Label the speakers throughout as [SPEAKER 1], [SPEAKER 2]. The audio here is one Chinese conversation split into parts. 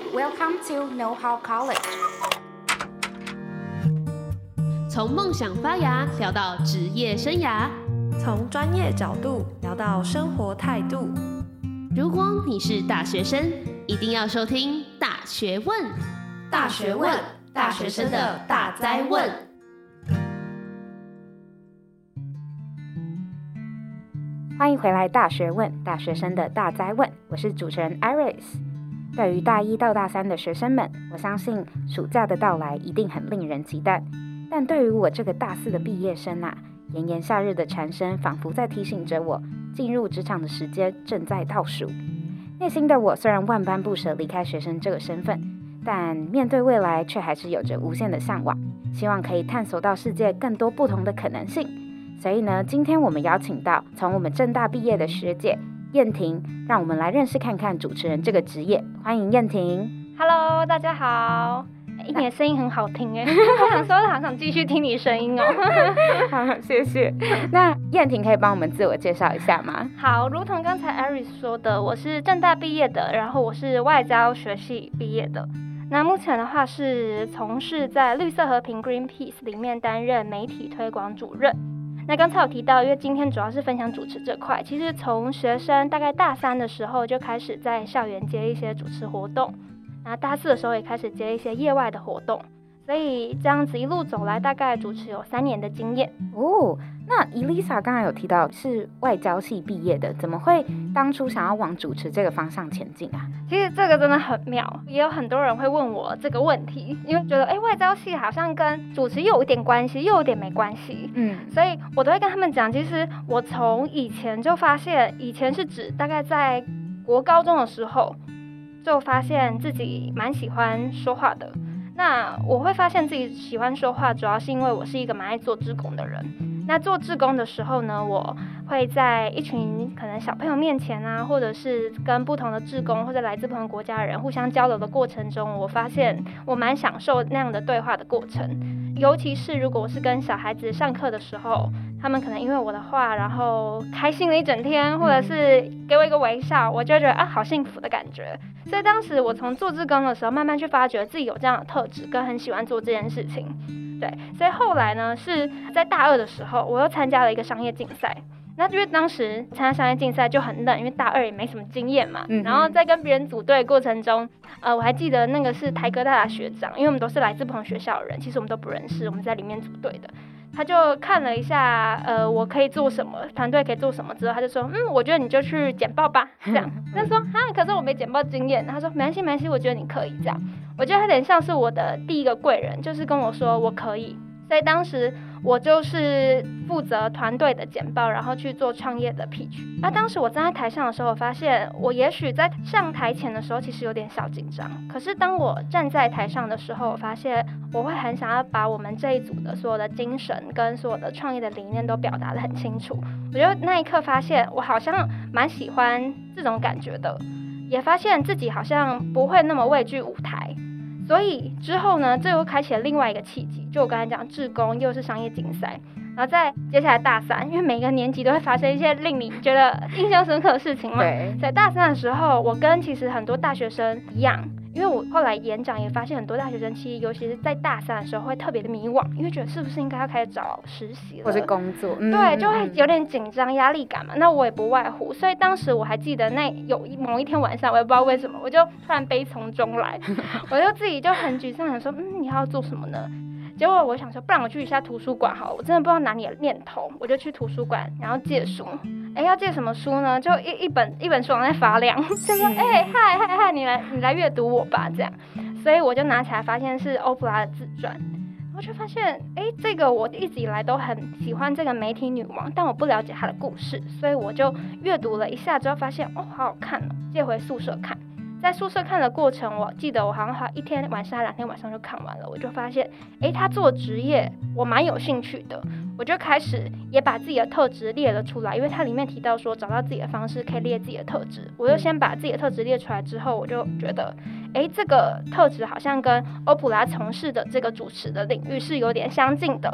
[SPEAKER 1] Welcome to Know How College。
[SPEAKER 2] 从梦想发芽聊到职业生涯，
[SPEAKER 3] 从专业角度聊到生活态度。
[SPEAKER 2] 如果你是大学生，一定要收听《大学问》。
[SPEAKER 1] 大学问，大学生的大哉问。欢迎回来，《大学问》，大学生的大哉问。我是主持人 Iris。对于大一到大三的学生们，我相信暑假的到来一定很令人期待。但对于我这个大四的毕业生啊，炎炎夏日的蝉声仿佛在提醒着我，进入职场的时间正在倒数。内心的我虽然万般不舍离开学生这个身份，但面对未来却还是有着无限的向往，希望可以探索到世界更多不同的可能性。所以呢，今天我们邀请到从我们政大毕业的学姐燕婷，让我们来认识看看主持人这个职业。欢迎燕婷。
[SPEAKER 4] Hello， 大家好。你的声音很好听哎，我想说好想继续听你声音哦。
[SPEAKER 1] 好，谢谢。那燕婷可以帮我们自我介绍一下吗？
[SPEAKER 4] 好，如同刚才 Iris 说的，我是政大毕业的，然后我是外交学系毕业的。那目前的话是从事在绿色和平 Greenpeace 里面担任媒体推广主任。那刚才有提到，因为今天主要是分享主持这块，其实从学生大概大三的时候就开始在校园接一些主持活动，然后大四的时候也开始接一些业外的活动，所以这样子一路走来，大概主持有3年的经验。
[SPEAKER 1] 哦，那 Elisa 刚才有提到是外交系毕业的，怎么会当初想要往主持这个方向前进啊？
[SPEAKER 4] 其实这个真的很妙，也有很多人会问我这个问题，因为觉得外交系好像跟主持又有一点关系，又有点没关系。所以我都会跟他们讲，其实我从以前就发现，以前是指大概在国高中的时候，就发现自己蛮喜欢说话的。那我会发现自己喜欢说话，主要是因为我是一个蛮爱做志工的人。那做志工的时候呢，我会在一群可能小朋友面前啊，或者是跟不同的志工或者来自不同国家的人互相交流的过程中，我发现我蛮享受那样的对话的过程。尤其是如果我是跟小孩子上课的时候，他们可能因为我的话，然后开心了一整天，或者是给我一个微笑，我就觉得好幸福的感觉。所以当时我从做志工的时候，慢慢去发掘自己有这样的特质，跟很喜欢做这件事情。对，所以后来呢，是在大2的时候，我又参加了一个商业竞赛。那因为当时参加商业竞赛就很冷，因为大2也没什么经验嘛。然后在跟别人组队的过程中，我还记得那个是台哥大的学长，因为我们都是来自不同学校的人，其实我们都不认识，我们在里面组队的。他就看了一下，我可以做什么，团队可以做什么之后，他就说，我觉得你就去简报吧，这样。他说，可是我没简报经验。他说，没关系，我觉得你可以这样。我觉得他有点像是我的第一个贵人，就是跟我说我可以。所以当时我就是负责团队的简报，然后去做创业的 pitch。当时我站在台上的时候，我发现我也许在上台前的时候其实有点小紧张，可是当我站在台上的时候，我发现我会很想要把我们这一组的所有的精神跟所有的创业的理念都表达得很清楚。我觉得那一刻发现我好像蛮喜欢这种感觉的，也发现自己好像不会那么畏惧舞台。所以之后呢，这又开启了另外一个契机，就我刚才讲志工又是商业竞赛，然后在接下来大3，因为每个年级都会发生一些令你觉得印象深刻的事情嘛。
[SPEAKER 1] 对，
[SPEAKER 4] 在大3的时候，我跟其实很多大学生一样，因为我后来演讲也发现很多大学生其实尤其是在大3的时候会特别的迷惘，因为觉得是不是应该要开始找实习了，
[SPEAKER 1] 或是工作。
[SPEAKER 4] 对，就会有点紧张压力感嘛。那我也不外乎，所以当时我还记得有某一天晚上，我也不知道为什么，我就突然悲从中来，我就自己就很沮丧，想说你还要做什么呢？结果我想说，不然我去一下图书馆好了，我真的不知道哪里的念头，我就去图书馆，然后借书。要借什么书呢？就一本书在发亮，就说嗨，你来阅读我吧，这样。所以我就拿起来，发现是欧普拉的自传。我就发现，这个我一直以来都很喜欢这个媒体女王，但我不了解她的故事，所以我就阅读了一下之后，发现好好看哦，借回宿舍看。在宿舍看的过程，我记得我好像花1天晚上、2天晚上就看完了。我就发现，他做职业我蛮有兴趣的，我就开始也把自己的特质列了出来，因为它里面提到说找到自己的方式可以列自己的特质。我就先把自己的特质列出来之后，我就觉得，这个特质好像跟欧普拉从事的这个主持的领域是有点相近的，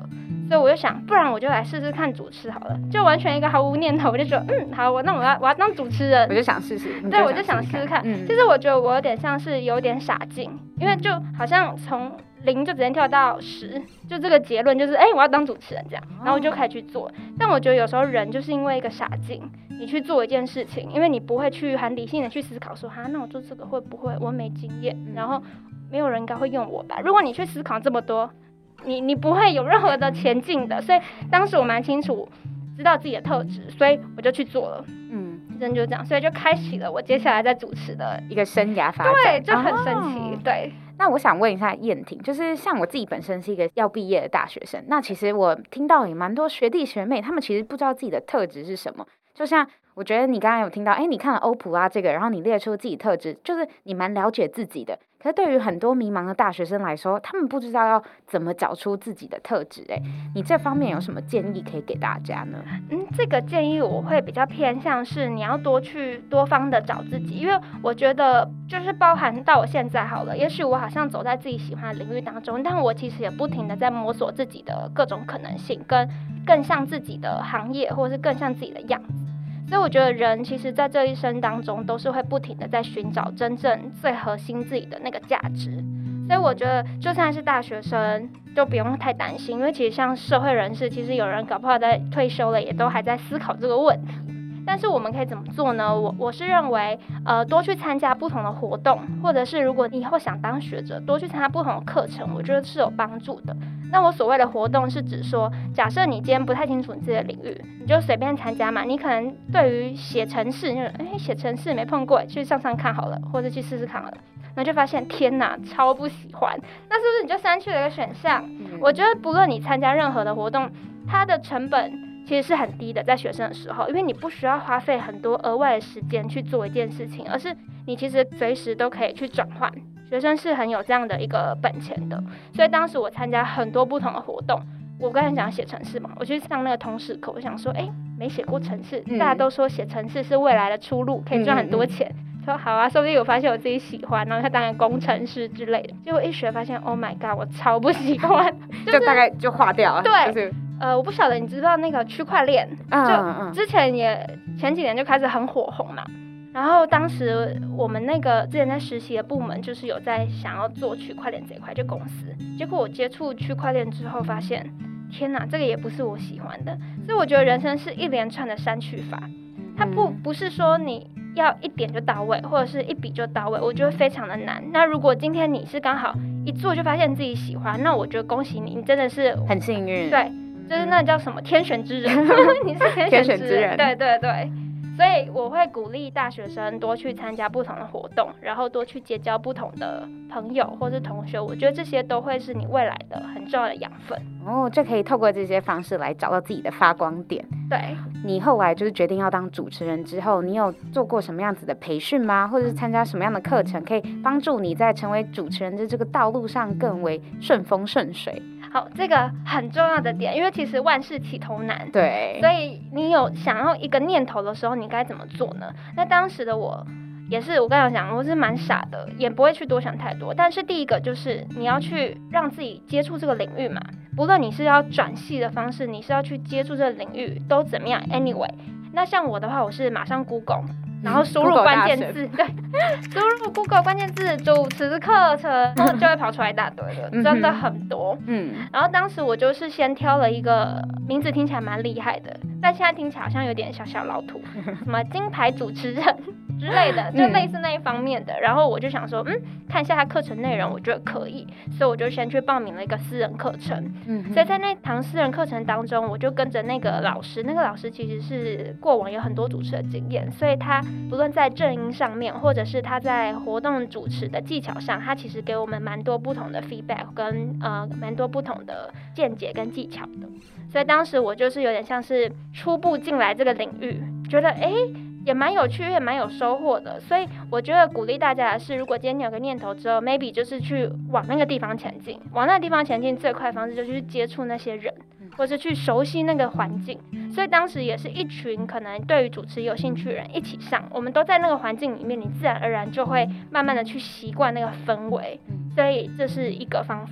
[SPEAKER 4] 所以我就想，不然我就来试试看主持好了，就完全一个毫无念头，我就觉得好，那我要当主持人，
[SPEAKER 1] 我就想试试，
[SPEAKER 4] 对，我就想试试看。其实我觉得我有点像是有点傻劲，因为就好像从0就直接跳到10，就这个结论就是我要当主持人这样，然后我就开始去做。但我觉得有时候人就是因为一个傻劲，你去做一件事情，因为你不会去很理性的去思考说那我做这个会不会我没经验，然后没有人应该会用我吧。如果你去思考这么多，你不会有任何的前进的。所以当时我蛮清楚知道自己的特质，所以我就去做了。真就这样，所以就开启了我接下来在主持的
[SPEAKER 1] 一个生涯发展。
[SPEAKER 4] 对，就很神奇。对。
[SPEAKER 1] 那我想问一下燕婷，就是像我自己本身是一个要毕业的大学生，那其实我听到也蛮多学弟学妹，他们其实不知道自己的特质是什么。就像我觉得你刚刚有听到，你看了欧普拉这个，然后你列出自己特质，就是你蛮了解自己的。可是对于很多迷茫的大学生来说，他们不知道要怎么找出自己的特质。你这方面有什么建议可以给大家呢？
[SPEAKER 4] 这个建议我会比较偏向是你要多方的找自己，因为我觉得就是包含到我现在好了，也许我好像走在自己喜欢的领域当中，但我其实也不停的在摸索自己的各种可能性，跟更像自己的行业，或者是更像自己的样子。所以我觉得人其实在这一生当中都是会不停的在寻找真正最核心自己的那个价值。所以我觉得就算是大学生都不用太担心，因为其实像社会人士，其实有人搞不好在退休了也都还在思考这个问题。但是我们可以怎么做呢？我是认为多去参加不同的活动，或者是如果你以后想当学者，多去参加不同的课程，我觉得是有帮助的。那我所谓的活动是指说，假设你今天不太清楚你自己的领域，你就随便参加嘛。你可能对于写程式，写程式没碰过，去上看好了，或者去试试看好了，然后就发现天哪，超不喜欢，那是不是你就删去了一个选项？我觉得不论你参加任何的活动，它的成本其实是很低的，在学生的时候，因为你不需要花费很多额外的时间去做一件事情，而是你其实随时都可以去转换。学生是很有这样的一个本钱的，所以当时我参加很多不同的活动。我刚才讲写程式嘛，我去上那个通识课，我想说没写过程式，大家都说写程式是未来的出路，可以赚很多钱，说好啊，说不定我发现我自己喜欢，然后他当然工程师之类的。结果一学发现 Oh my god， 我超不喜欢，
[SPEAKER 1] 就大概就划掉了。
[SPEAKER 4] 对，
[SPEAKER 1] 就是
[SPEAKER 4] 我不晓得你知道那个区块链，就之前前几年就开始很火红嘛。然后当时我们那个之前在实习的部门就是有在想要做区块链这一块，就公司。结果我接触区块链之后发现，天哪，这个也不是我喜欢的。所以我觉得人生是一连串的删去法，它不是说你要一点就到位，或者是一笔就到位，我觉得非常的难。那如果今天你是刚好一做就发现自己喜欢，那我觉得恭喜你，你真的是
[SPEAKER 1] 很幸运。
[SPEAKER 4] 对，就是那叫什么天选之人，你是天选之人。对对对。所以我会鼓励大学生多去参加不同的活动，然后多去结交不同的朋友或是同学，我觉得这些都会是你未来的很重要的养分。
[SPEAKER 1] 就可以透过这些方式来找到自己的发光点。
[SPEAKER 4] 对，
[SPEAKER 1] 你后来就是决定要当主持人之后，你有做过什么样子的培训吗？或者是参加什么样的课程，可以帮助你在成为主持人的这个道路上更为顺风顺水？
[SPEAKER 4] 好，这个很重要的点，因为其实万事起头难，
[SPEAKER 1] 对，
[SPEAKER 4] 所以你有想要一个念头的时候，你该怎么做呢？那当时的我也是，我刚才讲，我是蛮傻的，也不会去多想太多。但是第一个就是你要去让自己接触这个领域嘛，不论你是要转系的方式，你是要去接触这个领域，都怎么样 ？Anyway， 那像我的话，我是马上 Google。然后输入关键字，对，输入 Google 关键字主持课程，然后就会跑出来一大堆了，真的很多。然后当时我就是先挑了一个名字听起来蛮厉害的，但现在听起来好像有点小小老土，什么金牌主持人之类的，就类似那一方面的。然后我就想说，看一下他课程内容，我觉得可以，所以我就先去报名了一个私人课程。所以在那堂私人课程当中，我就跟着那个老师，那个老师其实是过往有很多主持的经验，所以他不论在正音上面，或者是他在活动主持的技巧上，他其实给我们蛮多不同的 feedback 跟蛮多不同的见解跟技巧的。所以当时我就是有点像是初步进来这个领域，觉得也蛮有趣，也蛮有收获的。所以我觉得鼓励大家的是，如果今天你有个念头之后 maybe 就是去往那个地方前进，往那个地方前进最快的方式就是去接触那些人，或是去熟悉那个环境。所以当时也是一群可能对于主持有兴趣的人一起上，我们都在那个环境里面，你自然而然就会慢慢的去习惯那个氛围。所以这是一个方法。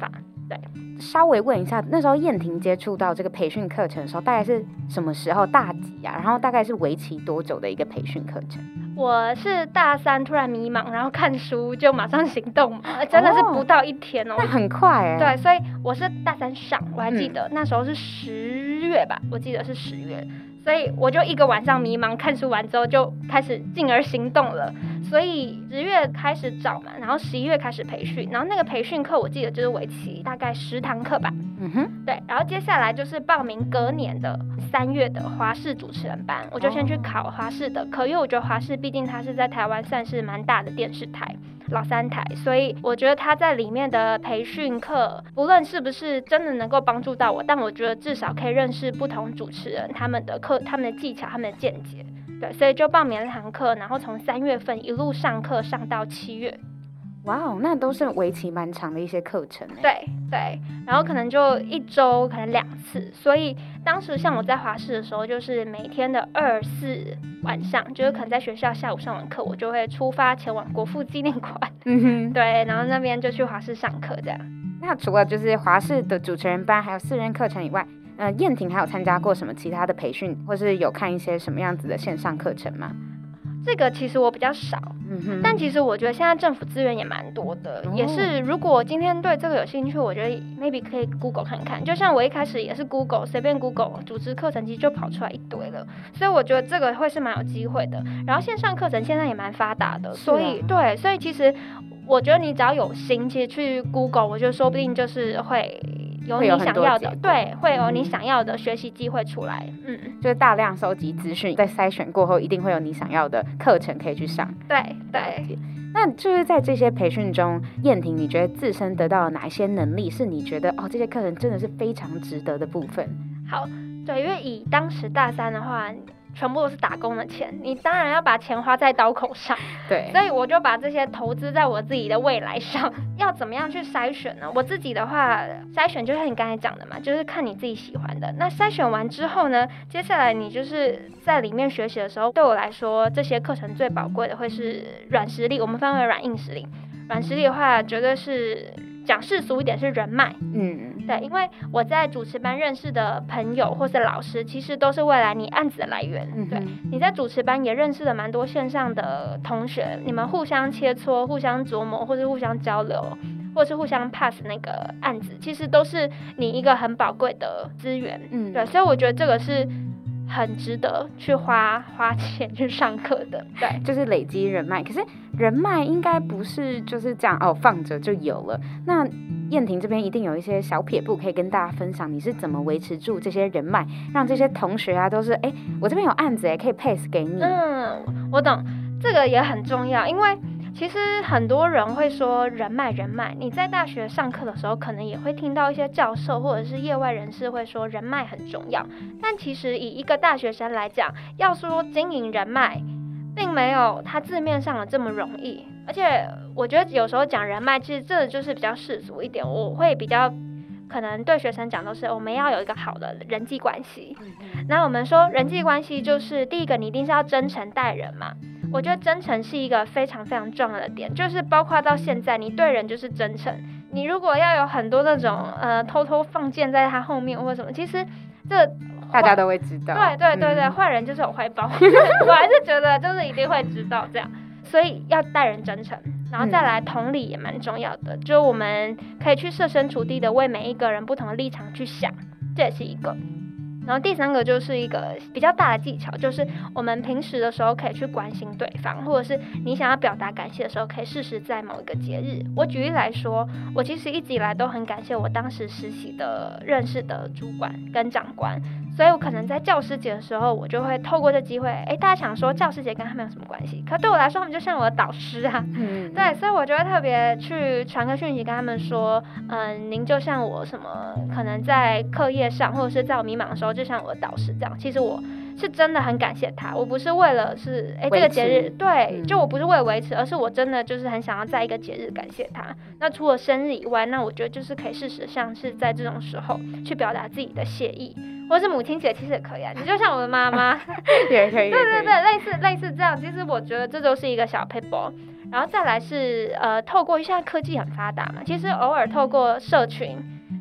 [SPEAKER 4] 对，
[SPEAKER 1] 稍微问一下，那时候燕婷接触到这个培训课程的时候，大概是什么时候？大几啊？然后大概是为期多久的一个培训课程？
[SPEAKER 4] 我是大3突然迷茫，然后看书就马上行动嘛，真的是不到1天哦，
[SPEAKER 1] 那很快
[SPEAKER 4] 对，所以我是大3上，我还记得、那时候是10月吧，我记得是10月，所以我就一个晚上迷茫，看书完之后就开始进而行动了。所以10月开始找嘛，然后11月开始培训，然后那个培训课我记得就是为期大概10堂课吧。对，然后接下来就是报名隔年的3月的华视主持人班，我就先去考华视的课，因为我觉得华视毕竟它是在台湾算是蛮大的电视台。老3台，所以我觉得他在里面的培训课，不论是不是真的能够帮助到我，但我觉得至少可以认识不同主持人他们的课、他们的技巧、他们的见解。对，所以就报名了堂课，然后从3月份一路上课上到7月。
[SPEAKER 1] 哇哦，那都是为期蛮长的一些课程。
[SPEAKER 4] 对对，然后可能就1周可能2次，所以当时像我在华视的时候，就是每天的2、4晚上，就是可能在学校下午上完课，我就会出发前往国父纪念馆。对，然后那边就去华视上课这样。
[SPEAKER 1] 那除了就是华视的主持人班还有4人课程以外，燕婷还有参加过什么其他的培训，或是有看一些什么样子的线上课程吗？
[SPEAKER 4] 这个其实我比较少，但其实我觉得现在政府资源也蛮多的，也是如果今天对这个有兴趣，我觉得 maybe 可以 Google 看看。就像我一开始也是 Google 随便 Google 主持课程，其实就跑出来一堆了，所以我觉得这个会是蛮有机会的。然后线上课程现在也蛮发达的，所以对，所以其实我觉得你只要有心，其实去 Google， 我觉得说不定就是会有你想要的，对，会有你想要的学习机会出来。
[SPEAKER 1] 就是大量收集资讯，在筛选过后，一定会有你想要的课程可以去上。
[SPEAKER 4] 对对。
[SPEAKER 1] 那就是在这些培训中，燕婷，你觉得自身得到了哪一些能力，是你觉得这些课程真的是非常值得的部分？
[SPEAKER 4] 好，对，因为以当时大3的话，全部都是打工的钱，你当然要把钱花在刀口上。
[SPEAKER 1] 对，
[SPEAKER 4] 所以我就把这些投资在我自己的未来上。要怎么样去筛选呢？我自己的话，筛选就是你刚才讲的嘛，就是看你自己喜欢的。那筛选完之后呢，接下来你就是在里面学习的时候，对我来说，这些课程最宝贵的会是软实力，我们分为软硬实力。软实力的话，绝对是讲世俗一点是人脉。对，因为我在主持班认识的朋友或是老师，其实都是未来你案子的来源。对，你在主持班也认识了蛮多线上的同学，你们互相切磋、互相琢磨，或是互相交流，或是互相 pass 那个案子，其实都是你一个很宝贵的资源。对，所以我觉得这个是很值得去花钱去上课的。对，
[SPEAKER 1] 就是累积人脉。可是人脉应该不是就是这样放着就有了。那燕婷这边一定有一些小撇步可以跟大家分享，你是怎么维持住这些人脉，让这些同学都是我这边有案子可以 pass 给你。
[SPEAKER 4] 我懂，这个也很重要，因为其实很多人会说人脉，你在大学上课的时候，可能也会听到一些教授或者是业外人士会说人脉很重要，但其实以一个大学生来讲，要说经营人脉，并没有他字面上的这么容易。而且我觉得有时候讲人脉，其实这就是比较世俗一点，我会比较可能对学生讲都是我们要有一个好的人际关系。那我们说人际关系就是第一个，你一定是要真诚待人嘛。我觉得真诚是一个非常非常重要的点，就是包括到现在你对人就是真诚，你如果要有很多那种偷偷放箭在他后面或什么，其实这
[SPEAKER 1] 大家都会知道。
[SPEAKER 4] 对，坏人就是有坏报我还是觉得就是一定会知道这样，所以要待人真诚，然后再来同理也蛮重要的，就我们可以去设身处地的为每一个人不同的立场去想，这也是一个。然后第3个就是一个比较大的技巧，就是我们平时的时候可以去关心对方，或者是你想要表达感谢的时候，可以适时在某一个节日。我举例来说，我其实一直以来都很感谢我当时实习的认识的主管跟长官，所以我可能在教师节的时候，我就会透过这机会，大家想说教师节跟他们有什么关系？可对我来说，他们就像我的导师啊。对，所以我就会特别去传个讯息跟他们说，您就像我什么，可能在课业上，或者是在我迷茫的时候，就像我的导师这样。其实我是真的很感谢他，我不是为了是这个节日，对，就我不是为了维持，而是我真的就是很想要在一个节日感谢他。那除了生日以外，那我觉得就是可以适时像是在这种时候去表达自己的谢意。或是母亲节其实也可以啊，你就像我的妈妈
[SPEAKER 1] 也可以
[SPEAKER 4] 对，类似这样。其实我觉得这都是一个小 paper。然后再来是透过现在科技很发达嘛，其实偶尔透过社群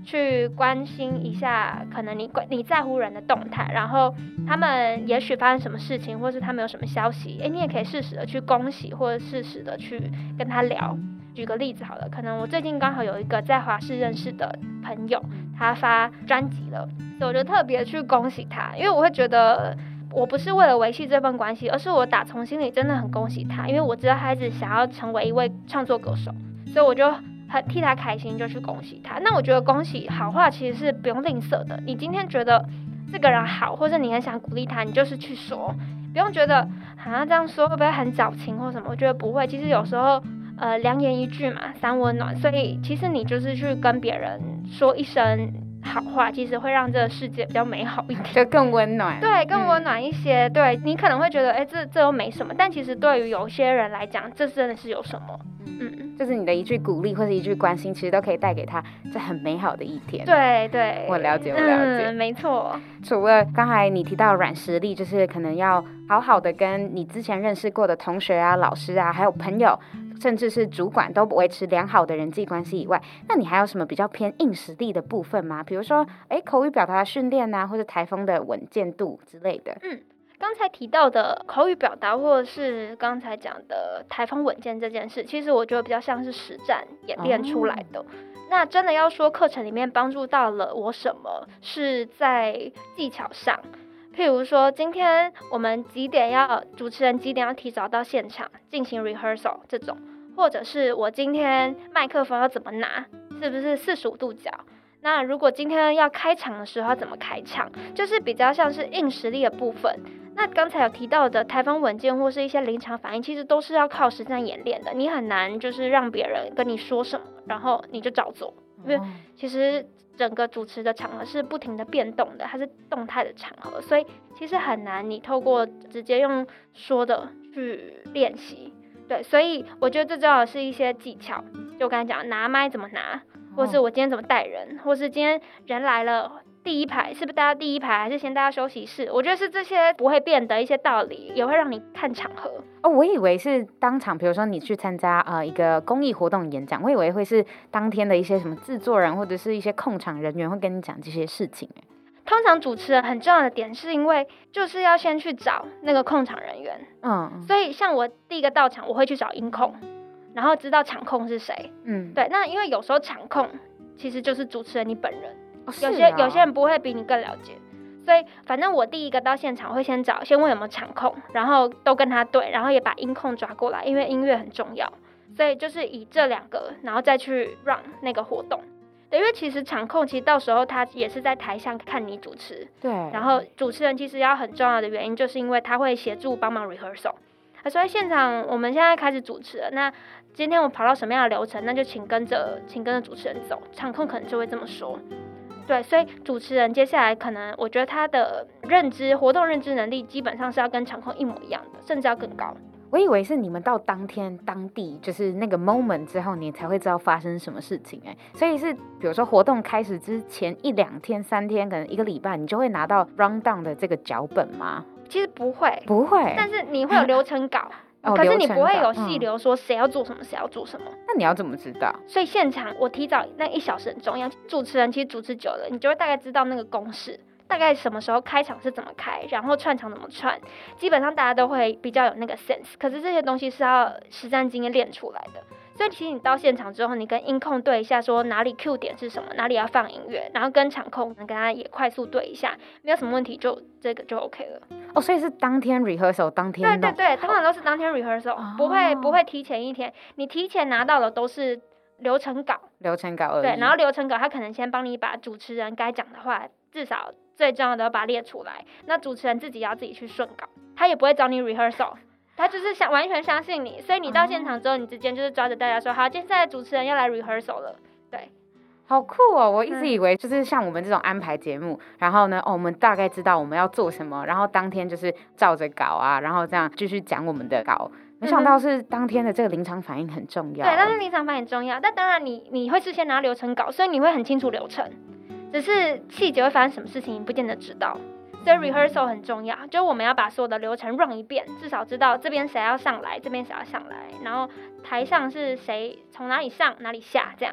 [SPEAKER 4] 去关心一下可能你在乎人的动态，然后他们也许发生什么事情，或是他们有什么消息，你也可以适时的去恭喜，或者适时的去跟他聊。举个例子好了，可能我最近刚好有一个在华视认识的朋友，他发专辑了，所以我就特别去恭喜他，因为我会觉得我不是为了维系这份关系，而是我打从心里真的很恭喜他，因为我知道他一直想要成为一位创作歌手，所以我就很替他开心，就去恭喜他。那我觉得恭喜好话其实是不用吝啬的，你今天觉得这个人好，或者你很想鼓励他，你就是去说，不用觉得这样说会不会很矫情或什么，我觉得不会。其实有时候良言一句嘛，三温暖，所以其实你就是去跟别人说一声好话，其实会让这个世界比较美好一点，
[SPEAKER 1] 就更温暖。
[SPEAKER 4] 对，更温暖一些。对，你可能会觉得这又没什么，但其实对于有些人来讲，这真的是有什么。
[SPEAKER 1] 就是你的一句鼓励或是一句关心，其实都可以带给他这很美好的一天。
[SPEAKER 4] 对对，
[SPEAKER 1] 我了解。
[SPEAKER 4] 没错。
[SPEAKER 1] 除了刚才你提到软实力，就是可能要好好的跟你之前认识过的同学啊、老师啊，还有朋友，甚至是主管都维持良好的人际关系以外，那你还有什么比较偏硬实力的部分吗？比如说口语表达的训练啊，或者台风的稳健度之类的。
[SPEAKER 4] 刚才提到的口语表达，或者是刚才讲的台风稳健这件事，其实我觉得比较像是实战演练出来的。那真的要说课程里面帮助到了我什么，是在技巧上。譬如说，今天我们主持人几点要提早到现场进行 rehearsal 这种，或者是我今天麦克风要怎么拿，是不是45度角？那如果今天要开场的时候要怎么开场，就是比较像是硬实力的部分。那刚才有提到的台风稳健或是一些临场反应，其实都是要靠实战演练的。你很难就是让别人跟你说什么，然后你就照做，因为其实整个主持的场合是不停的变动的，它是动态的场合，所以其实很难你透过直接用说的去练习。对，所以我觉得最重要的是一些技巧，就我刚才讲拿麦怎么拿，或是我今天怎么带人，或是今天人来了第一排是不是大家第一排，还是先大家休息室？我觉得是这些不会变的一些道理，也会让你看场合。
[SPEAKER 1] 我以为是当场，比如说你去参加一个公益活动演讲，我以为会是当天的一些什么制作人或者是一些控场人员会跟你讲这些事情。
[SPEAKER 4] 通常主持人很重要的点是因为就是要先去找那个控场人员，所以像我第一个到场，我会去找音控，然后知道场控是谁。对，那因为有时候场控其实就是主持人你本人。有些人不会比你更了解，所以反正我第一个到现场会先问有没有场控，然后都跟他对，然后也把音控抓过来，因为音乐很重要，所以就是以这2个，然后再去 run 那个活动。对，因为其实场控其实到时候他也是在台上看你主持，
[SPEAKER 1] 对，
[SPEAKER 4] 然后主持人其实要很重要的原因，就是因为他会协助帮忙 rehearsal。所以现场我们现在开始主持了，那今天我跑到什么样的流程，那就请跟着主持人走，场控可能就会这么说。对，所以主持人接下来可能，我觉得他的活动认知能力基本上是要跟场控一模一样的，甚至要更高。
[SPEAKER 1] 我以为是你们到当地就是那个 moment 之后，你才会知道发生什么事情。所以是比如说活动开始之前1-2天、3天，可能1个礼拜，你就会拿到 rundown 的这个脚本吗？
[SPEAKER 4] 其实不会，
[SPEAKER 1] 但
[SPEAKER 4] 是你会有流程稿。可是你不会有细流说谁要做什么，谁要做什么。
[SPEAKER 1] 那你要怎么知道？
[SPEAKER 4] 所以现场我提早那1小时很重要。主持人其实主持久了，你就会大概知道那个公式，大概什么时候开场是怎么开，然后串场怎么串，基本上大家都会比较有那个 sense。可是这些东西是要实战经验练出来的。所以其实你到现场之后，你跟音控对一下，说哪里 Q 点是什么，哪里要放音乐，然后跟场控跟他也快速对一下，没有什么问题，就这个就 OK 了。
[SPEAKER 1] 所以是当天 rehearsal 当天弄。
[SPEAKER 4] 对，通常都是当天 rehearsal，不会提前1天。你提前拿到的都是流程稿而已。对，然后流程稿他可能先帮你把主持人该讲的话，至少最重要的要把它列出来。那主持人自己要自己去顺稿，他也不会找你 rehearsal。他就是完全相信你，所以你到现场之后，你直接就是抓着大家说，好，现在主持人要来 rehearsal 了。对，
[SPEAKER 1] 好酷哦！我一直以为就是像我们这种安排节目，然后呢，我们大概知道我们要做什么，然后当天就是照着稿啊，然后这样继续讲我们的稿。没想到是当天的这个临场反应很重要。
[SPEAKER 4] 对，当天临场反应很重要。但当然你会事先拿流程稿，所以你会很清楚流程，只是细节会发生什么事情，你不见得知道。所以 rehearsal 很重要，就是我们要把所有的流程 run 一遍，至少知道这边谁要上来，这边谁要上来，然后台上是谁从哪里上哪里下这样。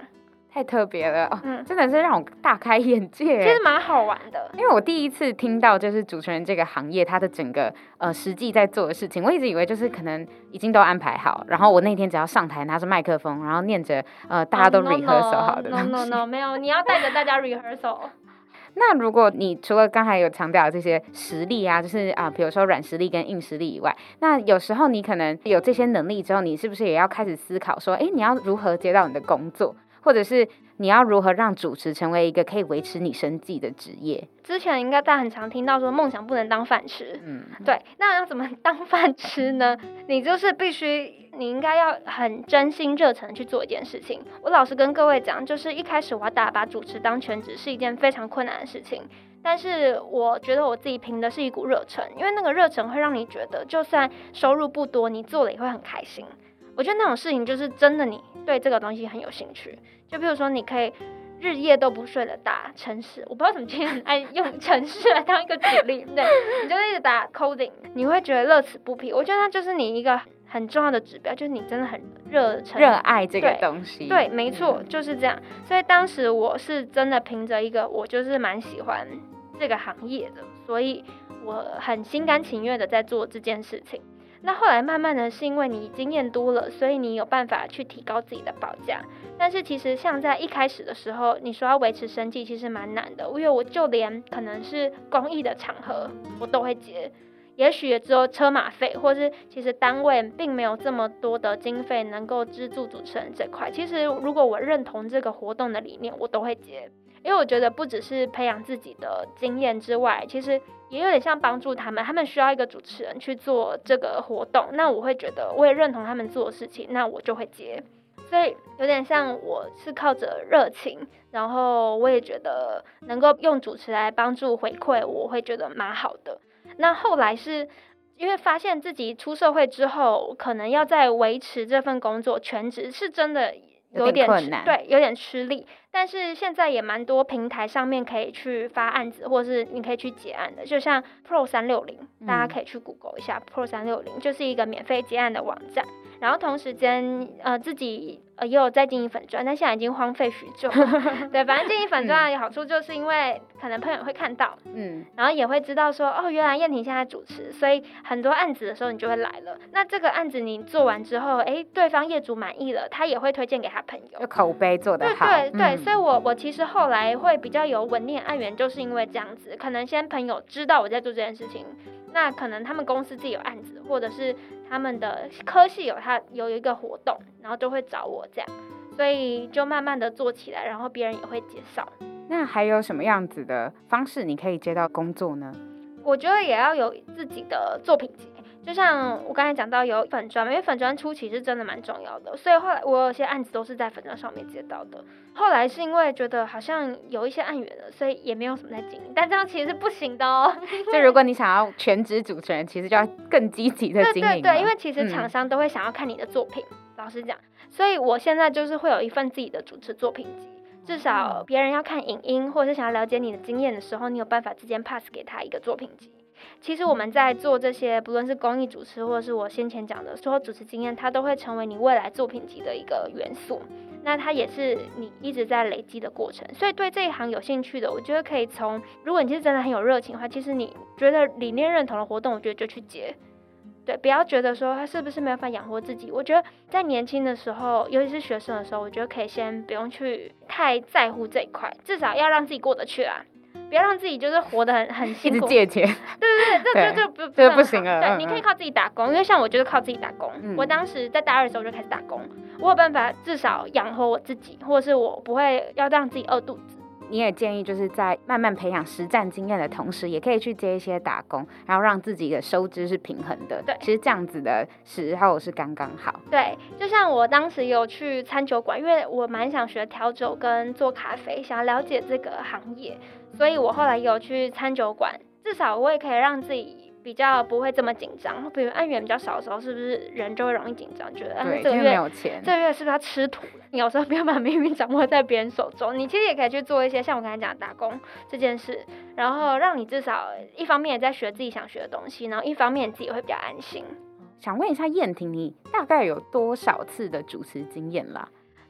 [SPEAKER 1] 太特别了真的是让我大开眼界。
[SPEAKER 4] 其实蛮好玩的，
[SPEAKER 1] 因为我第一次听到就是主持人这个行业它的整个实际在做的事情，我一直以为就是可能已经都安排好，然后我那天只要上台拿着麦克风，然后念着大家都 rehearsal 好的东西。
[SPEAKER 4] No， 没有，你要带着大家 rehearsal。
[SPEAKER 1] 那如果你除了刚才有强调这些实力啊，就是比如说软实力跟硬实力以外，那有时候你可能有这些能力之后，你是不是也要开始思考说，你要如何接到你的工作，或者是你要如何让主持成为一个可以维持你生计的职业？
[SPEAKER 4] 之前应该大家很常听到说梦想不能当饭吃，对，那要怎么当饭吃呢？你就是必须，你应该要很真心热忱去做一件事情。我老实跟各位讲，就是一开始我要把主持当全职是一件非常困难的事情，但是我觉得我自己凭的是一股热忱，因为那个热忱会让你觉得就算收入不多，你做了也会很开心。我觉得那种事情就是真的你对这个东西很有兴趣，就比如说你可以日夜都不睡的打程式，我不知道怎么今天很爱用程式来当一个举例，对，你就一直打 coding， 你会觉得乐此不疲。我觉得它就是你一个很重要的指标，就是你真的很热
[SPEAKER 1] 爱这个东西。
[SPEAKER 4] 对，没错，就是这样。所以当时我是真的凭着一个我就是蛮喜欢这个行业的，所以我很心甘情愿的在做这件事情。那后来慢慢的是因为你经验多了，所以你有办法去提高自己的报价。但是其实像在一开始的时候，你说要维持生计其实蛮难的，因为我就连可能是公益的场合我都会接，也许也只有车马费，或是其实单位并没有这么多的经费能够资助主持人这块。其实如果我认同这个活动的理念，我都会接。因为我觉得不只是培养自己的经验之外，其实也有点像帮助他们需要一个主持人去做这个活动，那我会觉得我也认同他们做的事情，那我就会接。所以有点像我是靠着热情，然后我也觉得能够用主持来帮助回馈，我会觉得蛮好的。那后来是因为发现自己出社会之后，可能要再维持这份工作全职是真的有点
[SPEAKER 1] 困难，
[SPEAKER 4] 对，有点吃力。但是现在也蛮多平台上面可以去发案子，或是你可以去结案的，就像 Pro 360，大家可以去 Google 一下，Pro 360就是一个免费结案的网站。然后同时间自己也有在经营粉专，但现在已经荒废许久了对，反正经营粉专的好处就是因为可能朋友会看到然后也会知道说原来燕婷现在主持，所以很多案子的时候你就会来了。那这个案子你做完之后对方业主满意了，他也会推荐给他朋友，
[SPEAKER 1] 就口碑做得好。
[SPEAKER 4] 对，所以我其实后来会比较有稳定的案源，就是因为这样子，可能先朋友知道我在做这件事情，那可能他们公司自己有案子，或者是他们的科系有一个活动，然后就会找我这样，所以就慢慢的做起来，然后别人也会介绍。
[SPEAKER 1] 那还有什么样子的方式你可以接到工作呢？
[SPEAKER 4] 我觉得也要有自己的作品集，就像我刚才讲到有粉专，因为粉专初期是真的蛮重要的，所以后来我有些案子都是在粉专上面接到的。后来是因为觉得好像有一些案源了，所以也没有什么在经营，但这样其实是不行的哦。
[SPEAKER 1] 就如果你想要全职主持人，其实就要更积极的经营。
[SPEAKER 4] 对，因为其实厂商都会想要看你的作品，老实讲，所以我现在就是会有一份自己的主持作品集。至少别人要看影音或者是想要了解你的经验的时候，你有办法直接 pass 给他一个作品集。其实我们在做这些不论是公益主持或者是我先前讲的所有主持经验，它都会成为你未来作品集的一个元素，那它也是你一直在累积的过程。所以对这一行有兴趣的，我觉得可以从，如果你是真的很有热情的话，其实你觉得理念认同的活动，我觉得就去接。对，不要觉得说他是不是没有办法养活自己。我觉得在年轻的时候，尤其是学生的时候，我觉得可以先不用去太在乎这一块，至少要让自己过得去啊，不要让自己就是活得很辛苦，
[SPEAKER 1] 一直借钱。
[SPEAKER 4] 对，
[SPEAKER 1] 这不行了。
[SPEAKER 4] 对，你可以靠自己打工，因为像我就是靠自己打工。我当时在大二的时候就开始打工，我有办法至少养活我自己，或者是我不会要让自己饿肚子。
[SPEAKER 1] 你也建议就是在慢慢培养实战经验的同时，也可以去接一些打工，然后让自己的收支是平衡的。
[SPEAKER 4] 对，
[SPEAKER 1] 其实这样子的时候是刚刚好。
[SPEAKER 4] 对，就像我当时有去餐酒馆，因为我蛮想学调酒跟做咖啡，想要了解这个行业，所以我后来有去餐酒馆，至少我也可以让自己比较不会这么紧张。比如案源比较少的时候，是不是人就会容易紧张，觉得这个月
[SPEAKER 1] 没有钱，
[SPEAKER 4] 这个月是不是要吃土了？你有时候不要把命运掌握在别人手中，你其实也可以去做一些像我刚才讲的打工这件事，然后让你至少一方面也在学自己想学的东西，然后一方面自己会比较安心。
[SPEAKER 1] 想问一下燕婷，你大概有多少次的主持经验啦？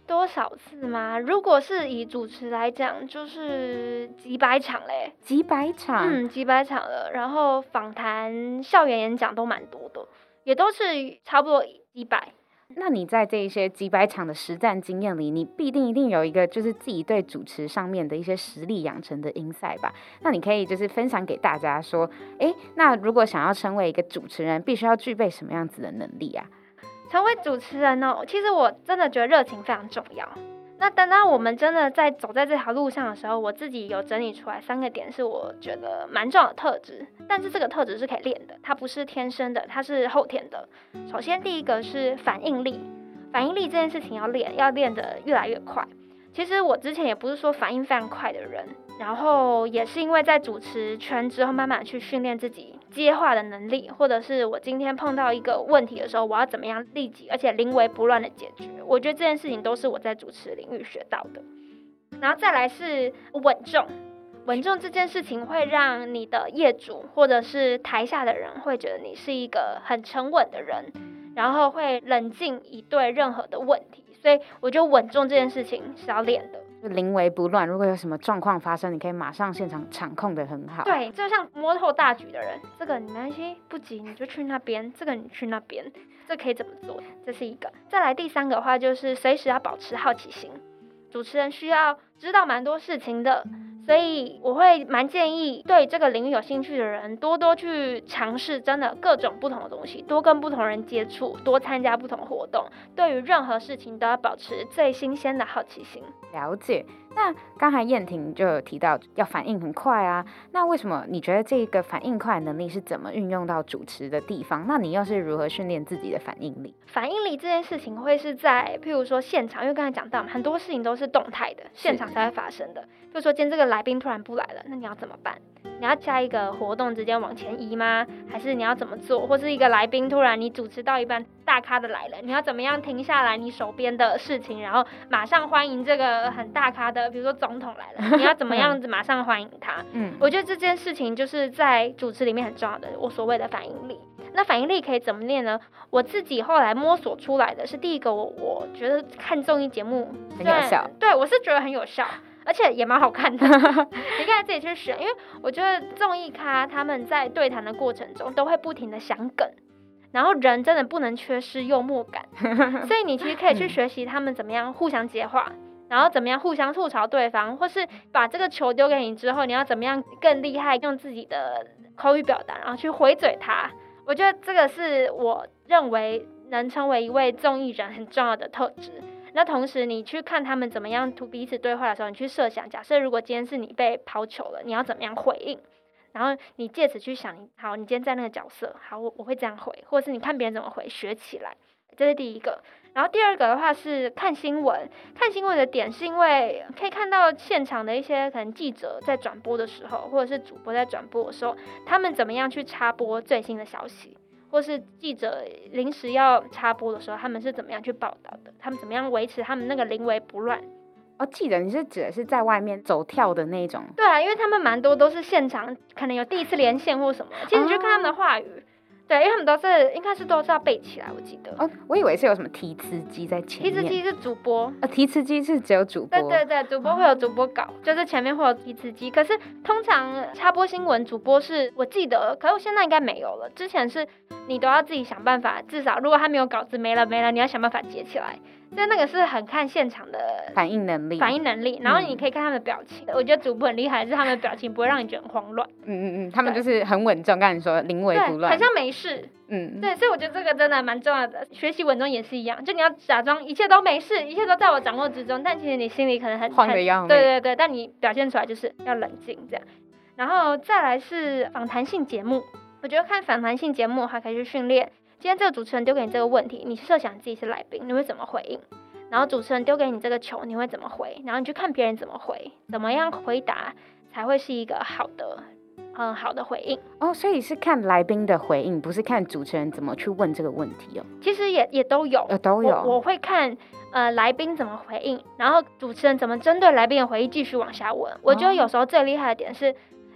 [SPEAKER 4] 多少次吗？如果是以主持来讲，就是几百场嘞。
[SPEAKER 1] 几百场？
[SPEAKER 4] 几百场了。然后访谈、校园演讲都蛮多的，也都是差不多几百。
[SPEAKER 1] 那你在这一些几百场的实战经验里，你必定一定有一个就是自己对主持上面的一些实力养成的 insight 吧？那你可以就是分享给大家说，那如果想要成为一个主持人，必须要具备什么样子的能力啊？
[SPEAKER 4] 成为主持人哦，其实我真的觉得热情非常重要。那等到我们真的在走在这条路上的时候，我自己有整理出来3个点是我觉得蛮重要的特质，但是这个特质是可以练的，它不是天生的，它是后天的。首先第一个是反应力，反应力这件事情要练得越来越快。其实我之前也不是说反应非常快的人，然后也是因为在主持圈之后慢慢去训练自己接话的能力，或者是我今天碰到一个问题的时候，我要怎么样立即而且临危不乱的解决。我觉得这件事情都是我在主持领域学到的。然后再来是稳重，稳重这件事情会让你的业主或者是台下的人会觉得你是一个很沉稳的人，然后会冷静以对任何的问题。所以我觉得稳重这件事情是要练的，
[SPEAKER 1] 就临危不乱，如果有什么状况发生，你可以马上现场掌控得很好。
[SPEAKER 4] 对，就像摸透大局的人，这个你没关系，不急你就去那边，这个你去那边，这可以怎么做，这是一个。再来第3个的话，就是随时要保持好奇心。主持人需要知道蛮多事情的，所以我会蛮建议对这个领域有兴趣的人多多去尝试真的各种不同的东西，多跟不同人接触，多参加不同活动，对于任何事情都要保持最新鲜的好奇心。
[SPEAKER 1] 了解。那刚才燕婷就有提到要反应很快啊，那为什么你觉得这个反应快的能力是怎么运用到主持的地方？那你又是如何训练自己的反应力？
[SPEAKER 4] 反应力这件事情会是在譬如说现场，因为刚才讲到很多事情都是动态的，现场才会发生的。譬如说今天这个来宾突然不来了，那你要怎么办？你要下一个活动直接往前移吗？还是你要怎么做？或是一个来宾突然你主持到一半大咖的来了，你要怎么样停下来你手边的事情，然后马上欢迎这个很大咖的，比如说总统来了，你要怎么样子马上欢迎他？我觉得这件事情就是在主持里面很重要的，我所谓的反应力。那反应力可以怎么练呢？我自己后来摸索出来的是，第一个我觉得看综艺节目
[SPEAKER 1] 很有效，
[SPEAKER 4] 对，我是觉得很有效，而且也蛮好看的。你可以自己去选，因为我觉得综艺咖他们在对谈的过程中都会不停的想梗，然后人真的不能缺失幽默感，所以你其实可以去学习他们怎么样互相接话，然后怎么样互相吐槽对方，或是把这个球丢给你之后，你要怎么样更厉害，用自己的口语表达，然后去回嘴他。我觉得这个是我认为能成为一位综艺人很重要的特质。那同时你去看他们怎么样彼此对话的时候，你去设想，假设如果今天是你被抛球了，你要怎么样回应，然后你借此去想，好，你今天在那个角色，好，我会这样回，或者是你看别人怎么回，学起来，这是第一个。然后第2个的话是看新闻，看新闻的点是因为可以看到现场的一些可能记者在转播的时候，或者是主播在转播的时候，他们怎么样去插播最新的消息，或是记者临时要插播的时候，他们是怎么样去报道的，他们怎么样维持他们那个临危不乱。
[SPEAKER 1] 记者你是指的是在外面走跳的那种？
[SPEAKER 4] 对啊，因为他们蛮多都是现场可能有第一次连线或什么，其实你去看他们的话语，对，因为他们都是应该是都是要背起来，我记得。
[SPEAKER 1] 我以为是有什么提词机在前面。
[SPEAKER 4] 提词机是主播。
[SPEAKER 1] 提词机是只有主播。
[SPEAKER 4] 对，主播会有主播稿，就是前面会有提词机。可是通常插播新闻主播是我记得，可是我现在应该没有了。之前是你都要自己想办法，至少如果他没有稿子没了，你要想办法接起来。所以那个是很看现场的
[SPEAKER 1] 反应能力，
[SPEAKER 4] 然后你可以看他们的表情。我觉得主播很厉害，是他们的表情不会让你觉得很慌乱。
[SPEAKER 1] 他们就是很稳重，跟你说临危不乱，
[SPEAKER 4] 很像没事。对，所以我觉得这个真的蛮重要的。学习稳重也是一样，就你要假装一切都没事，一切都在我掌握之中，但其实你心里可能很
[SPEAKER 1] 慌得要命。
[SPEAKER 4] 对，但你表现出来就是要冷静这样。然后再来是访谈性节目，我觉得看访谈性节目还可以去训练。今天这个主持人丢给你这个问题，你设想自己是来宾，你会怎么回应？然后主持人丢给你这个球，你会怎么回？然后你去看别人怎么回，怎么样回答才会是一个好的回应。
[SPEAKER 1] 所以是看来宾的回应，不是看主持人怎么去问这个问题哦。
[SPEAKER 4] 其实也都有，
[SPEAKER 1] 都有。
[SPEAKER 4] 我会看来宾怎么回应，然后主持人怎么针对来宾的回应继续往下问。我觉得有时候最厉害的点是，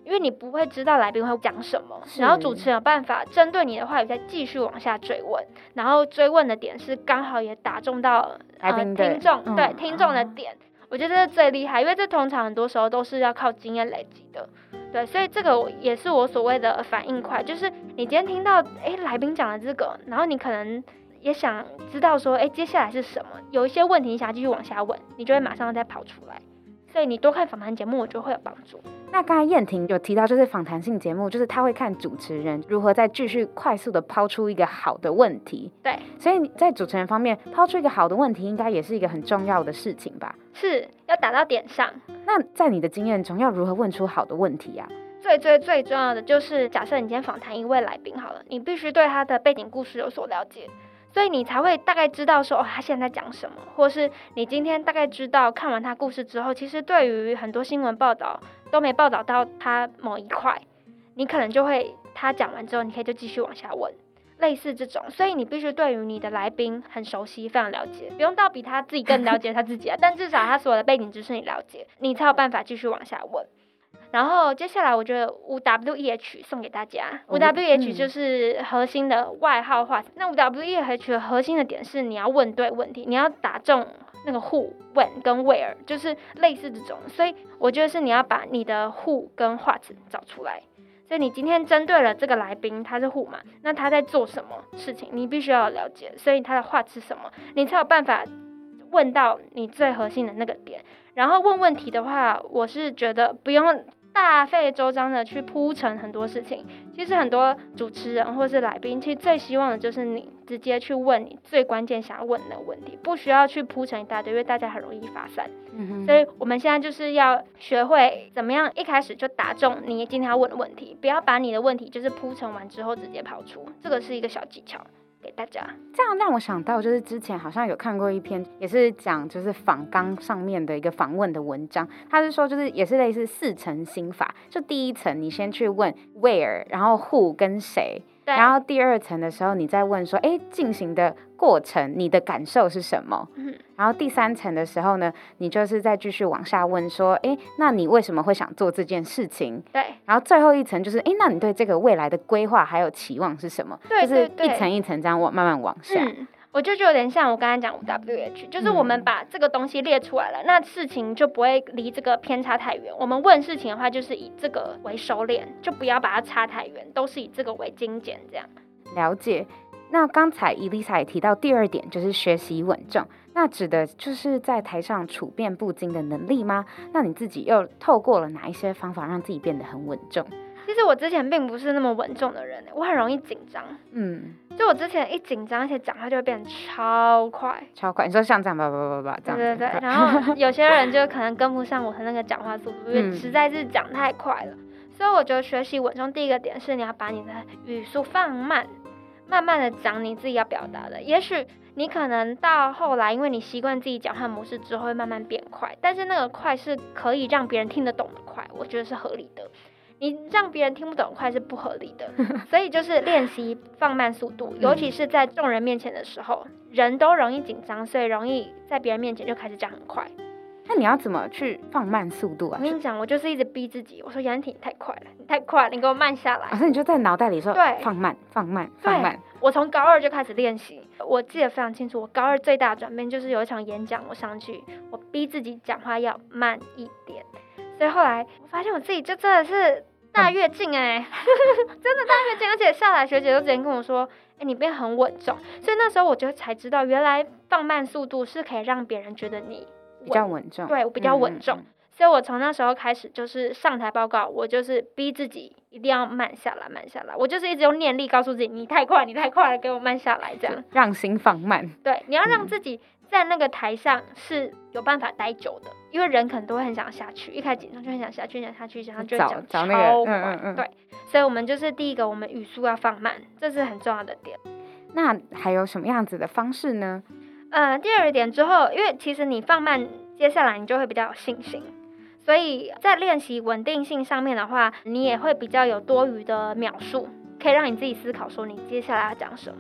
[SPEAKER 4] 因为你不会知道来宾会讲什么，然后主持人有办法针对你的话语再继续往下追问，然后追问的点是刚好也打中到听众，对听众的点，我觉得这是最厉害，因为这通常很多时候都是要靠经验累积的。对，所以这个也是我所谓的反应快，就是你今天听到来宾讲了这个，然后你可能也想知道说接下来是什么，有一些问题你想继续往下问，你就会马上再跑出来。所以你多看访谈节目，我觉得会有帮助。
[SPEAKER 1] 那刚才燕婷有提到，就是访谈性节目，就是他会看主持人如何再继续快速的抛出一个好的问题。
[SPEAKER 4] 对，
[SPEAKER 1] 所以在主持人方面，抛出一个好的问题，应该也是一个很重要的事情吧？
[SPEAKER 4] 是要打到点上。
[SPEAKER 1] 那在你的经验中，要如何问出好的问题啊？
[SPEAKER 4] 最重要的就是，假设你今天访谈一位来宾好了，你必须对他的背景故事有所了解。所以你才会大概知道说他现在在讲什么，或是你今天大概知道看完他故事之后，其实对于很多新闻报道都没报道到他某一块，你可能就会他讲完之后，你可以就继续往下问，类似这种。所以你必须对于你的来宾很熟悉，非常了解，不用到比他自己更了解他自己啊，但至少他所有的背景知识你了解，你才有办法继续往下问。然后接下来我觉得 5WEH 送给大家，5WEH 就是核心的外号话。那 5WEH 的核心的点是你要问对问题，你要打中那个 who、when 跟 where， 就是类似这种。所以我觉得是你要把你的 who 跟 what 找出来。所以你今天针对了这个来宾，他是 who 嘛，那他在做什么事情，你必须要了解。所以他的 what 是什么，你才有办法问到你最核心的那个点。然后问问题的话，我是觉得不用大费周章的去铺陈很多事情。其实很多主持人或是来宾，其实最希望的就是你直接去问你最关键想要问的问题，不需要去铺陈一大堆，因为大家很容易发散。所以我们现在就是要学会怎么样一开始就打中你今天要问的问题，不要把你的问题就是铺陈完之后直接跑出，这个是一个小技巧给大家。
[SPEAKER 1] 这样让我想到，就是之前好像有看过一篇，也是讲就是访纲上面的一个访问的文章，他是说就是也是类似4层心法，就第一层你先去问 where， 然后 who 跟谁，然后第2层的时候你再问说进行的过程你的感受是什么，然后第3层的时候呢，你就是再继续往下问说那你为什么会想做这件事情，
[SPEAKER 4] 对，
[SPEAKER 1] 然后最后一层就是那你对这个未来的规划还有期望是什么，
[SPEAKER 4] 对对对，
[SPEAKER 1] 就是一层一层这样慢慢往下。
[SPEAKER 4] 我就有点像我刚才讲 5WH， 就是我们把这个东西列出来了，那事情就不会离这个偏差太远。我们问事情的话，就是以这个为收敛，就不要把它差太远，都是以这个为精简这样。
[SPEAKER 1] 了解。那刚才Elisa也提到第2点，就是学习稳重，那指的就是在台上处变不惊的能力吗？那你自己又透过了哪一些方法让自己变得很稳重？
[SPEAKER 4] 其实我之前并不是那么稳重的人，我很容易紧张。就我之前一紧张，而且讲话就会变得超快。你说像这样吧这样。对对对，然后有些人就可能跟不上我的那个讲话速度，因为实在是讲太快了。所以我觉得学习稳重第一个点是你要把你的语速放慢，慢慢的讲你自己要表达的。也许你可能到后来，因为你习惯自己讲话模式之后，会慢慢变快，但是那个快是可以让别人听得懂的快，我觉得是合理的。你让别人听不懂快是不合理的，所以就是练习放慢速度，尤其是在众人面前的时候，人都容易紧张，所以容易在别人面前就开始讲很快。
[SPEAKER 1] 那你要怎么去放慢速度啊？
[SPEAKER 4] 我跟你讲，我就是一直逼自己，我说杨婷你太快了，你太快了，你给我慢下来。
[SPEAKER 1] 所以你就在脑袋里说，对，放慢。
[SPEAKER 4] 我从高2就开始练习，我记得非常清楚，我高2最大的转变就是有一场演讲，我上去，我逼自己讲话要慢一点。所以后来我发现我自己就真的是大跃进真的大跃进，而且下来学姐都直接跟我说，你变很稳重。所以那时候我就才知道，原来放慢速度是可以让别人觉得你
[SPEAKER 1] 比较稳重。
[SPEAKER 4] 对，我比较稳重。所以我从那时候开始，就是上台报告，我就是逼自己一定要慢下来。我就是一直用念力告诉自己，你太快了，给我慢下来，这样
[SPEAKER 1] 让心放慢。
[SPEAKER 4] 对，你要让自己在那个台上是有办法待久的，因为人可能都会很想下去，一开始紧张就很想下去，然后就讲超快。对，所以我们就是第一个，我们语速要放慢，这是很重要的点。
[SPEAKER 1] 那还有什么样子的方式呢？
[SPEAKER 4] 第2点之后，因为其实你放慢，接下来你就会比较有信心。所以在练习稳定性上面的话，你也会比较有多余的描述，可以让你自己思考说你接下来要讲什么。所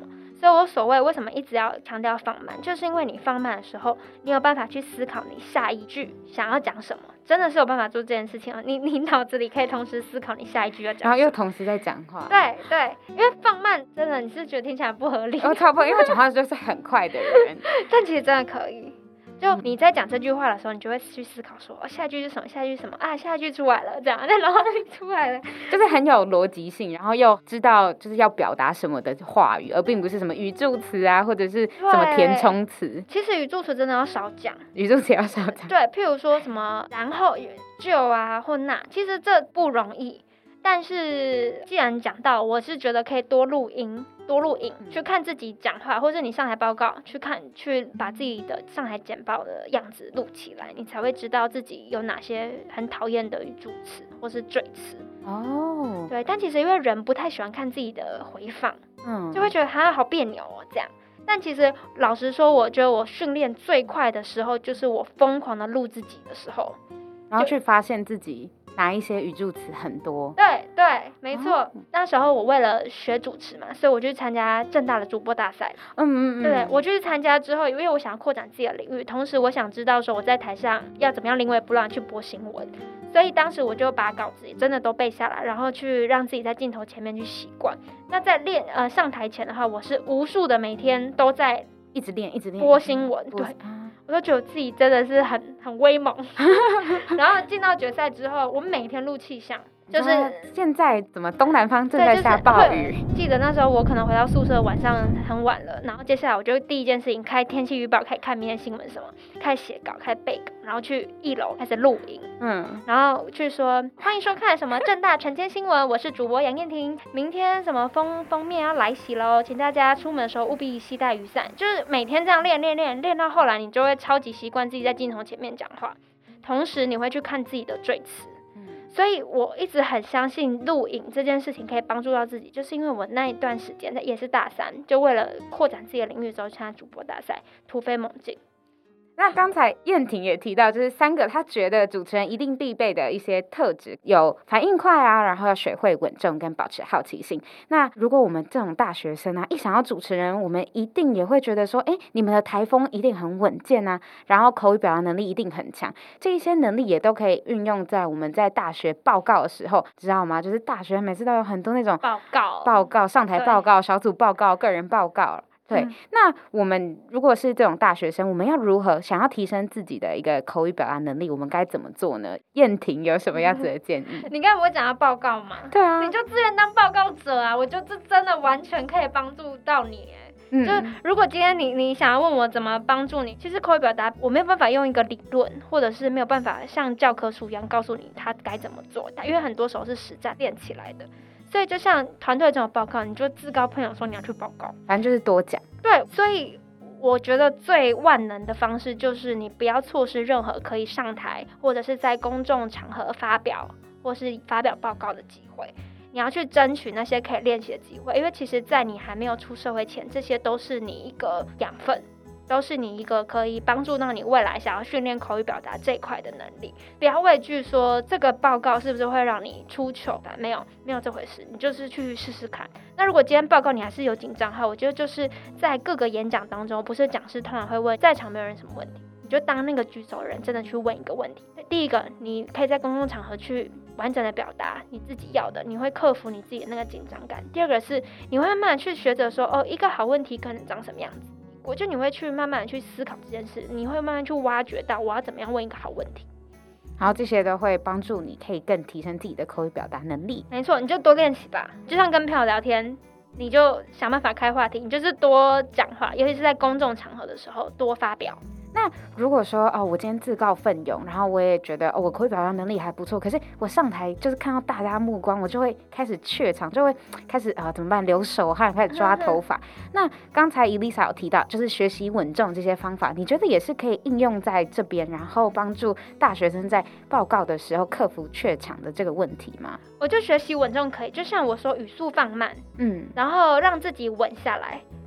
[SPEAKER 4] 所以我所谓为什么一直要强调放慢，就是因为你放慢的时候，你有办法去思考你下一句想要讲什么，真的是有办法做这件事情你脑子里可以同时思考你下一句要讲什么，
[SPEAKER 1] 然后又同时在讲话。
[SPEAKER 4] 对对，因为放慢真的你是觉得听起来不合理，
[SPEAKER 1] 超不合理，因为讲话就是很快的人，
[SPEAKER 4] 但其实真的可以。就你在讲这句话的时候，你就会去思考说，下一句是什么？下一句是什么啊？下一句出来了，这样，然后就出来了，
[SPEAKER 1] 就是很有逻辑性，然后又知道就是要表达什么的话语，而并不是什么语助词啊，或者是什么填充词。
[SPEAKER 4] 其实语助词真的要少讲，
[SPEAKER 1] 语助词要少讲。
[SPEAKER 4] 对，譬如说什么然后就啊或那，其实这不容易。但是既然讲到，我是觉得可以多录影，去看自己讲话，或者你上台报告去把自己的上台简报的样子录起来，你才会知道自己有哪些很讨厌的语助词或是赘词。
[SPEAKER 1] 哦，
[SPEAKER 4] 对，但其实因为人不太喜欢看自己的回放，就会觉得好别扭哦这样。但其实老实说，我觉得我训练最快的时候，就是我疯狂的录自己的时候，
[SPEAKER 1] 然后去发现自己哪一些语助词很多。
[SPEAKER 4] 对对，没错。那时候我为了学主持嘛，所以我就去参加政大的主播大赛。对，我就是参加之后，因为我想要扩展自己的领域，同时我想知道说我在台上要怎么样临危不乱去播新闻，所以当时我就把稿子也真的都背下来，然后去让自己在镜头前面去习惯。那在上台前的话，我是无数的每天都在
[SPEAKER 1] 一直练
[SPEAKER 4] 播新闻。对。我都觉得自己真的是很威猛，然后进到决赛之后，我每天录气象，就是
[SPEAKER 1] 现在怎么东南方正在下暴雨，
[SPEAKER 4] 记得那时候我可能回到宿舍晚上很晚了，然后接下来我就第一件事情开天气预报，开始看明天新闻什么，开始写稿，开始背稿，然后去1楼开始录音，然后去说欢迎收看什么政大晨间新闻，我是主播杨燕婷，明天什么封面要来袭咯，请大家出门的时候务必携带雨伞，就是每天这样练到后来，你就会超级习惯自己在镜头前面讲话，同时你会去看自己的赘词。所以我一直很相信录影这件事情可以帮助到自己，就是因为我那一段时间也是大3，就为了扩展自己的领域之后参加主播大赛，突飞猛进。
[SPEAKER 1] 那刚才燕婷也提到，就是3个她觉得主持人一定必备的一些特质，有反应快啊，然后要学会稳重跟保持好奇心。那如果我们这种大学生啊，一想要主持人，我们一定也会觉得说，你们的台风一定很稳健啊，然后口语表达能力一定很强，这一些能力也都可以运用在我们在大学报告的时候，知道吗？就是大学每次都有很多那种报告、上台报告、小组报告、个人报告。对，那我们如果是这种大学生，我们要如何想要提升自己的一个口语表达能力，我们该怎么做呢？燕婷有什么样子的建议？
[SPEAKER 4] 你刚才不会讲到报告吗？
[SPEAKER 1] 对啊，
[SPEAKER 4] 你就自愿当报告者啊！我觉得这真的完全可以帮助到你。就是如果今天你想要问我怎么帮助你，其实口语表达我没有办法用一个理论，或者是没有办法像教科书一样告诉你他该怎么做，因为很多时候是实战练起来的。所以就像团队这种报告，你就自告奋勇说你要去报告，
[SPEAKER 1] 反正就是多讲。
[SPEAKER 4] 对，所以我觉得最万能的方式就是你不要错失任何可以上台或者是在公众场合发表或是发表报告的机会，你要去争取那些可以练习的机会，因为其实在你还没有出社会前，这些都是你一个养分，都是你一个可以帮助到你未来想要训练口语表达这一块的能力。不要畏惧说这个报告是不是会让你出糗吧，没有这回事，你就是去试试看。那如果今天报告你还是有紧张的话，我觉得就是在各个演讲当中，不是讲师通常会问在场没有人什么问题，你就当那个举手的人真的去问一个问题。第一个，你可以在公共场合去完整的表达你自己要的，你会克服你自己的那个紧张感。第二个是你会慢慢去学着说，一个好问题可能长什么样子，我觉得你会去慢慢的去思考这件事，你会慢慢去挖掘到我要怎么样问一个好问题，
[SPEAKER 1] 然后这些都会帮助你可以更提升自己的口语表达能力。
[SPEAKER 4] 没错，你就多练习吧，就像跟朋友聊天，你就想办法开话题，你就是多讲话，尤其是在公众场合的时候多发表。
[SPEAKER 1] 那如果说我今天自告奋勇，然后我也觉得我口语表达能力还不错，可是我上台就是看到大家目光，我就会开始怯场，就会开始怎么办？流手汗，开始抓头发。那刚才 Elisa 有提到，就是学习稳重这些方法，你觉得也是可以应用在这边，然后帮助大学生在报告的时候克服怯场的这个问题吗？
[SPEAKER 4] 我就学习稳重可以，就像我说语速放慢，然后让自己稳下来。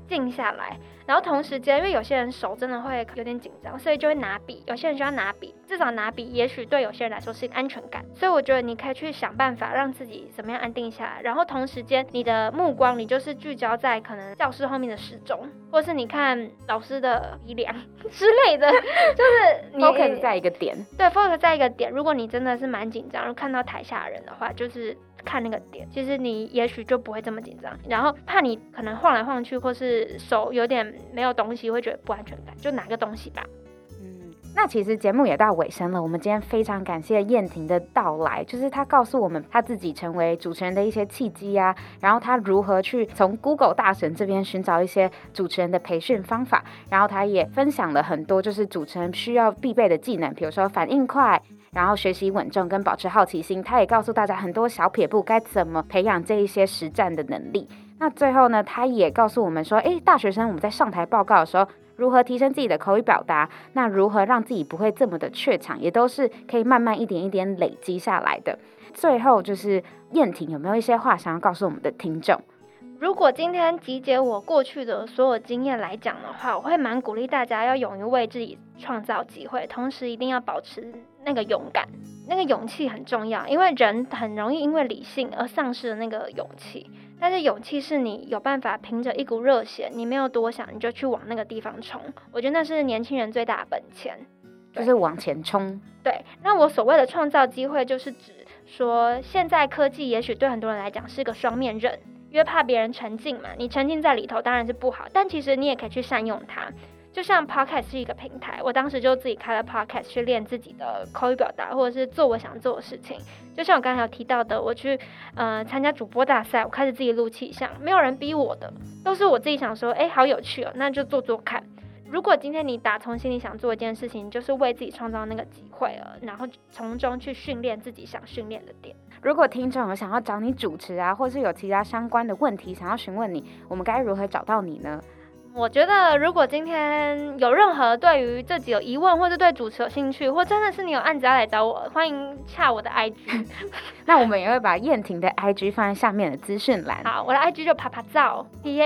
[SPEAKER 4] 静下来，然后同时间，因为有些人手真的会有点紧张，所以就会拿笔，有些人需要拿笔，至少拿笔也许对有些人来说是一个安全感，所以我觉得你可以去想办法让自己怎么样安定下来，然后同时间你的目光你就是聚焦在可能教室后面的时钟，或是你看老师的鼻梁之类的，就是你
[SPEAKER 1] focus 在一个点，
[SPEAKER 4] 对 focus 在一个点，如果你真的是蛮紧张，看到台下的人的话，就是看那个点，其实你也许就不会这么紧张，然后怕你可能晃来晃去或是手有点没有东西会觉得不安全感，就拿个东西吧。
[SPEAKER 1] 那其实节目也到尾声了，我们今天非常感谢燕婷的到来，就是她告诉我们她自己成为主持人的一些契机啊，然后她如何去从 Google 大神这边寻找一些主持人的培训方法，然后她也分享了很多就是主持人需要必备的技能，比如说反应快，然后学习稳重跟保持好奇心，她也告诉大家很多小撇步该怎么培养这一些实战的能力。那最后呢，她也告诉我们说，大学生我们在上台报告的时候如何提升自己的口语表达，那如何让自己不会这么的怯场，也都是可以慢慢一点一点累积下来的。最后就是燕婷有没有一些话想要告诉我们的听众？
[SPEAKER 4] 如果今天集结我过去的所有经验来讲的话，我会蛮鼓励大家要勇于为自己创造机会，同时一定要保持那个勇敢，那个勇气很重要，因为人很容易因为理性而丧失了那个勇气，但是勇气是你有办法凭着一股热血，你没有多想你就去往那个地方冲，我觉得那是年轻人最大的本钱，
[SPEAKER 1] 就是往前冲。
[SPEAKER 4] 对，那我所谓的创造机会就是指说，现在科技也许对很多人来讲是个双面刃，因为怕别人沉浸嘛，你沉浸在里头当然是不好，但其实你也可以去善用它。就像 Podcast 是一个平台，我当时就自己开了 Podcast 去练自己的口语表达，或者是做我想做的事情。就像我刚才有提到的，我去参加主播大赛，我开始自己录气象，没有人逼我的，都是我自己想说，好有趣哦，那就做做看。如果今天你打从心里想做一件事情，就是为自己创造那个机会了，然后从中去训练自己想训练的点。
[SPEAKER 1] 如果听众有想要找你主持啊，或是有其他相关的问题想要询问你，我们该如何找到你呢？
[SPEAKER 4] 我觉得如果今天有任何对于这集有疑问，或是对主持有兴趣，或真的是你有案子要来找我，欢迎洽我的 IG
[SPEAKER 1] 那我们也会把燕婷的 IG 放在下面的资讯栏。
[SPEAKER 4] 好，我的 IG 就啪啪照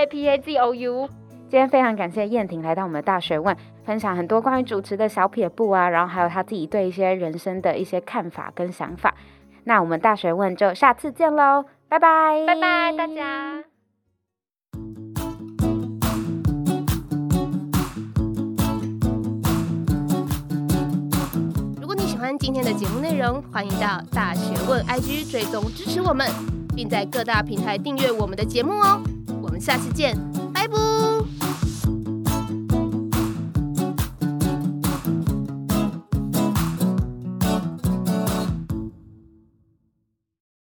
[SPEAKER 4] PAPAZOU。
[SPEAKER 1] 今天非常感谢燕婷来到我们的大学问，分享很多关于主持的小撇步啊，然后还有她自己对一些人生的一些看法跟想法。那我们大学问就下次见咯，拜拜
[SPEAKER 4] 拜拜大家。
[SPEAKER 2] 如果你喜欢今天的节目内容，欢迎到大学问 IG 追踪支持我们，并在各大平台订阅我们的节目哦。我们下次见。